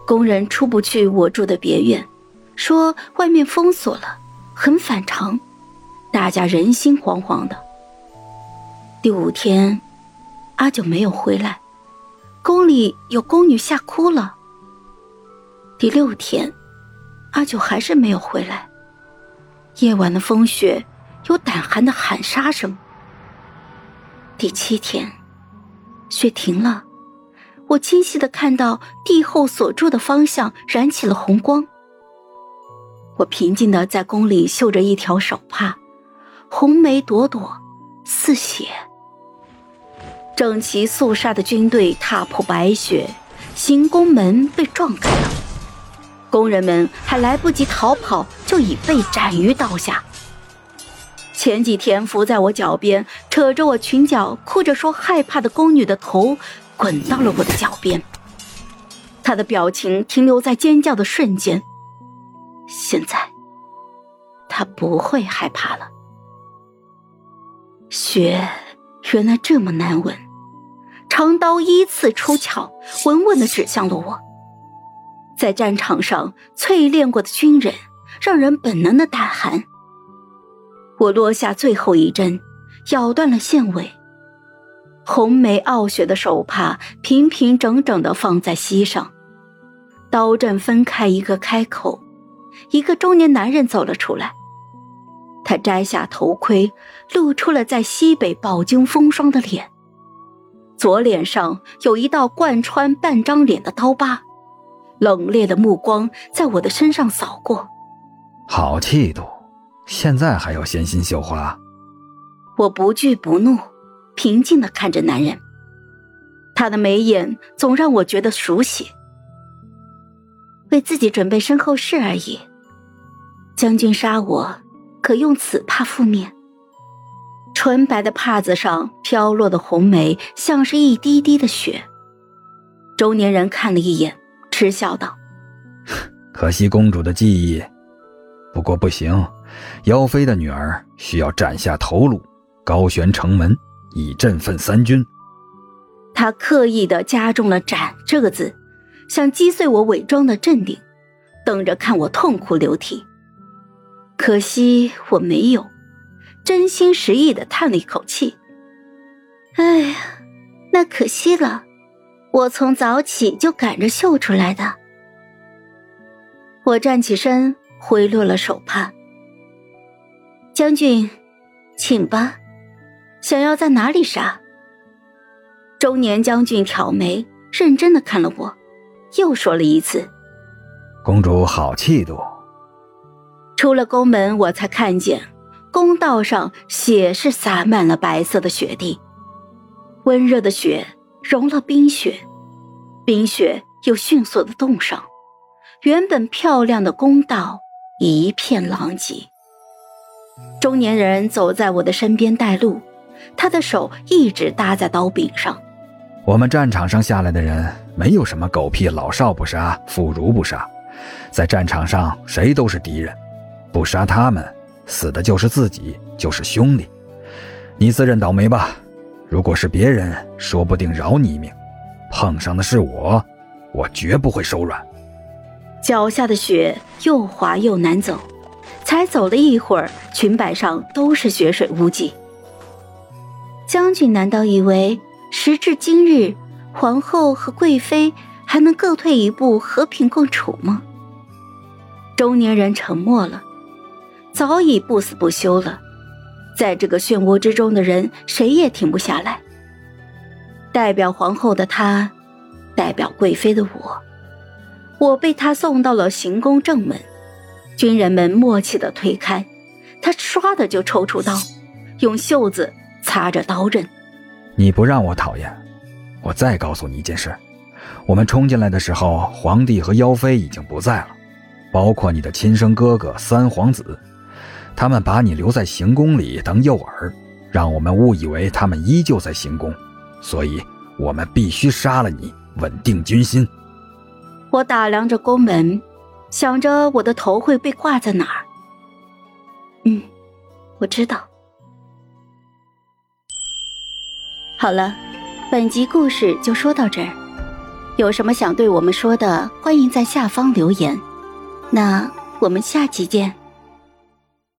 工人出不去我住的别院，说外面封锁了，很反常，大家人心惶惶的。第5天，阿九没有回来，宫里有宫女吓哭了。第6天，阿九还是没有回来。夜晚的风雪有胆寒的喊杀声。第7天，雪停了，我清晰地看到帝后所住的方向燃起了红光。我平静地在宫里绣着一条手帕，红梅朵朵似血。整齐肃杀的军队踏破白雪，行宫门被撞开了，工人们还来不及逃跑，就已被斩于刀下。前几天伏在我脚边，扯着我裙角，哭着说害怕的宫女的头滚到了我的脚边，她的表情停留在尖叫的瞬间。现在，她不会害怕了。雪原来这么难闻，长刀依次出鞘，稳稳地指向了我。在战场上淬炼过的军人，让人本能的胆寒。我落下最后一针，咬断了线尾。红梅傲雪的手帕平平整整地放在膝上，刀阵分开一个开口，一个中年男人走了出来。他摘下头盔，露出了在西北饱经风霜的脸，左脸上有一道贯穿半张脸的刀疤，冷冽的目光在我的身上扫过。 好气度，现在还要纤心绣花？ 我不惧不怒，平静地看着男人，他的眉眼总让我觉得熟悉。为自己准备身后事而已，将军杀我，可用此帕覆面。纯白的帕子上飘落的红梅像是一滴滴的雪。中年人看了一眼，嗤笑道： 可惜公主的记忆，不过不行，妖妃的女儿需要斩下头颅，高悬城门，以振奋三军。 他刻意地加重了斩这个字，想击碎我伪装的镇定，等着看我痛哭流涕。可惜我没有，真心实意地叹了一口气。哎呀，那可惜了，我从早起就赶着绣出来的。我站起身，挥落了手帕。将军，请吧，想要在哪里杀？中年将军挑眉，认真地看了我，又说了一次： 公主好气度。 出了宫门，我才看见宫道上血是洒满了白色的雪地，温热的雪融了冰雪，冰雪又迅速地冻上，原本漂亮的宫道一片狼藉。中年人走在我的身边带路，他的手一直搭在刀柄上。 我们战场上下来的人，没有什么狗屁老少不杀，妇孺不杀，在战场上谁都是敌人，不杀他们，死的就是自己，就是兄弟。你自认倒霉吧，如果是别人，说不定饶你一命，碰上的是我绝不会手软。 脚下的雪又滑又难走，才走了一会儿，裙摆上都是血水污迹。将军难道以为时至今日，皇后和贵妃还能各退一步，和平共处吗？中年人沉默了，早已不死不休了，在这个漩涡之中的人，谁也停不下来。代表皇后的他，代表贵妃的我被他送到了行宫正门，军人们默契地推开，他唰的就抽出刀，用袖子擦着刀刃。 你不让我讨厌，我再告诉你一件事，我们冲进来的时候，皇帝和妖妃已经不在了，包括你的亲生哥哥三皇子，他们把你留在行宫里当诱饵，让我们误以为他们依旧在行宫，所以我们必须杀了你，稳定军心。 我打量着宫门，想着我的头会被挂在哪儿。我知道。好了，本集故事就说到这儿， 有什么想对我们说的，欢迎在下方留言。那我们下期见。